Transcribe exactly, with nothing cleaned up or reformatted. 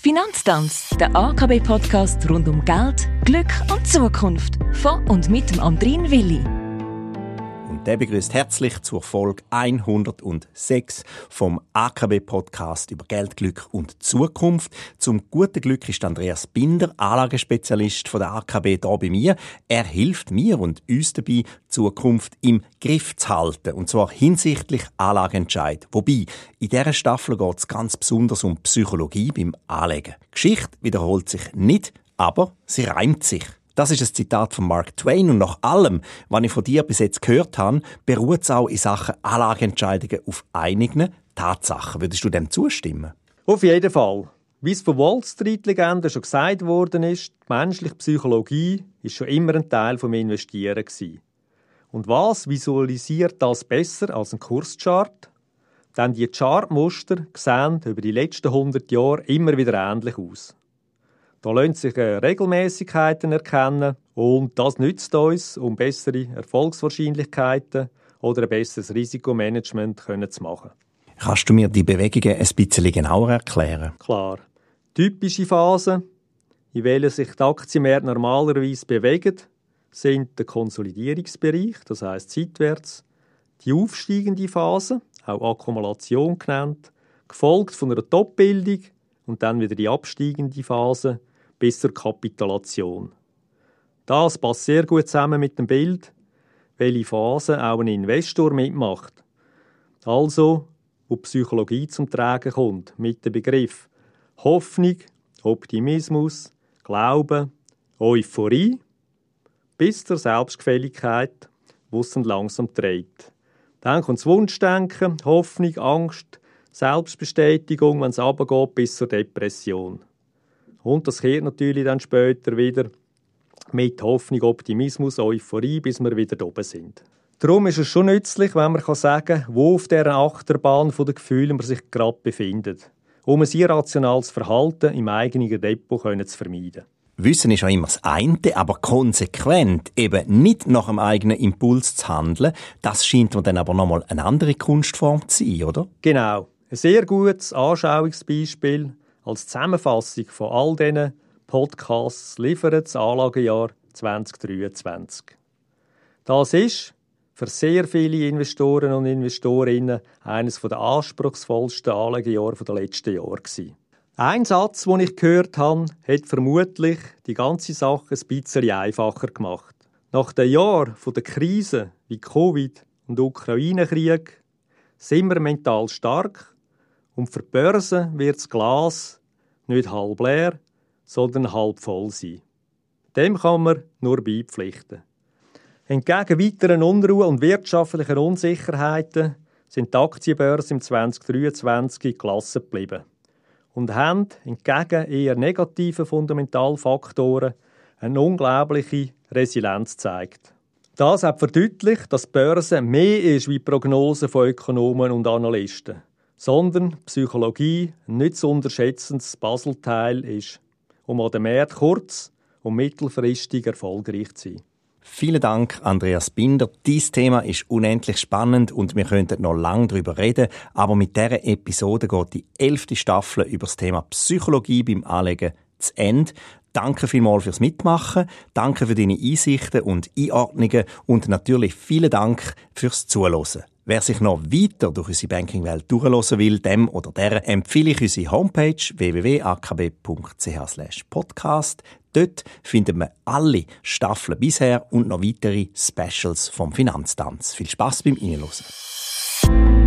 Finanztanz, der A K B-Podcast rund um Geld, Glück und Zukunft. Von und mit dem Andrin Willi. Und der begrüßt herzlich zur Folge hundertsechs vom A K B-Podcast über Geld, Glück und Zukunft. Zum guten Glück ist Andreas Binder, Anlagespezialist von der A K B, hier bei mir. Er hilft mir und uns dabei, die Zukunft im Griff zu halten. Und zwar hinsichtlich Anlageentscheid. Wobei, in dieser Staffel geht es ganz besonders um Psychologie beim Anlegen. Die Geschichte wiederholt sich nicht, aber sie reimt sich. Das ist ein Zitat von Mark Twain und nach allem, was ich von dir bis jetzt gehört habe, beruht es auch in Sachen Anlageentscheidungen auf einigen Tatsachen. Würdest du dem zustimmen? Auf jeden Fall. Wie es von Wall Street-Legenden schon gesagt worden ist, die menschliche Psychologie war schon immer ein Teil des Investieren gewesen. Und was visualisiert das besser als ein Kurschart? Denn die Chartmuster sehen über die letzten hundert Jahre immer wieder ähnlich aus. Da lassen sich Regelmäßigkeiten erkennen und das nützt uns, um bessere Erfolgswahrscheinlichkeiten oder ein besseres Risikomanagement zu machen. Kannst du mir die Bewegungen ein bisschen genauer erklären? Klar. Typische Phasen, in welchen sich die Aktienmärkte normalerweise bewegen, sind der Konsolidierungsbereich, das heisst seitwärts, die aufsteigende Phase, auch Akkumulation genannt, gefolgt von einer Topbildung und dann wieder die absteigende Phase, bis zur Kapitulation. Das passt sehr gut zusammen mit dem Bild, welche Phase auch ein Investor mitmacht. Also, wo die Psychologie zum Tragen kommt, mit dem Begriff Hoffnung, Optimismus, Glauben, Euphorie, bis zur Selbstgefälligkeit, wo es dann langsam dreht. Dann kommt das Wunschdenken, Hoffnung, Angst, Selbstbestätigung, wenn es runtergeht, bis zur Depression. Und das kehrt natürlich dann später wieder mit Hoffnung, Optimismus, Euphorie, bis wir wieder oben sind. Darum ist es schon nützlich, wenn man sagen kann, wo auf dieser Achterbahn der Gefühle man sich gerade befindet, um ein irrationales Verhalten im eigenen Depot zu vermeiden. Wissen ist auch immer das eine, aber konsequent eben nicht nach dem eigenen Impuls zu handeln, das scheint mir dann aber nochmal eine andere Kunstform zu sein, oder? Genau. Ein sehr gutes Anschauungsbeispiel als Zusammenfassung von all diesen Podcasts liefert das Anlagejahr zwanzig dreiundzwanzig. Das ist für sehr viele Investoren und Investorinnen eines der anspruchsvollsten Anlagejahre der letzten Jahre gewesen. Ein Satz, den ich gehört habe, hat vermutlich die ganze Sache ein bisschen einfacher gemacht. Nach den Jahren der Krisen wie Covid und Ukraine-Krieg sind wir mental stark und für die Börse wird das Glas nicht halb leer, sondern halb voll sein. Dem kann man nur beipflichten. Entgegen weiteren Unruhe und wirtschaftlichen Unsicherheiten sind die Aktienbörsen im zwanzig dreiundzwanzig gelassen geblieben und haben entgegen eher negativen Fundamentalfaktoren eine unglaubliche Resilienz gezeigt. Das hat verdeutlicht, dass die Börse mehr ist wie Prognosen von Ökonomen und Analysten, sondern Psychologie ein nicht zu unterschätzendes Puzzleteil ist, um an den Märkten kurz- und mittelfristig erfolgreich zu sein. Vielen Dank, Andreas Binder. Dieses Thema ist unendlich spannend und wir könnten noch lange darüber reden, aber mit dieser Episode geht die elfte Staffel über das Thema Psychologie beim Anlegen zu Ende. Danke vielmals fürs Mitmachen, danke für deine Einsichten und Einordnungen und natürlich vielen Dank fürs Zuhören. Wer sich noch weiter durch unsere Banking-Welt durchhören will, dem oder der empfehle ich unsere Homepage w w w punkt a k b punkt c h slash podcast. Dort findet man alle Staffeln bisher und noch weitere Specials vom Finanztanz. Viel Spass beim Reinhören.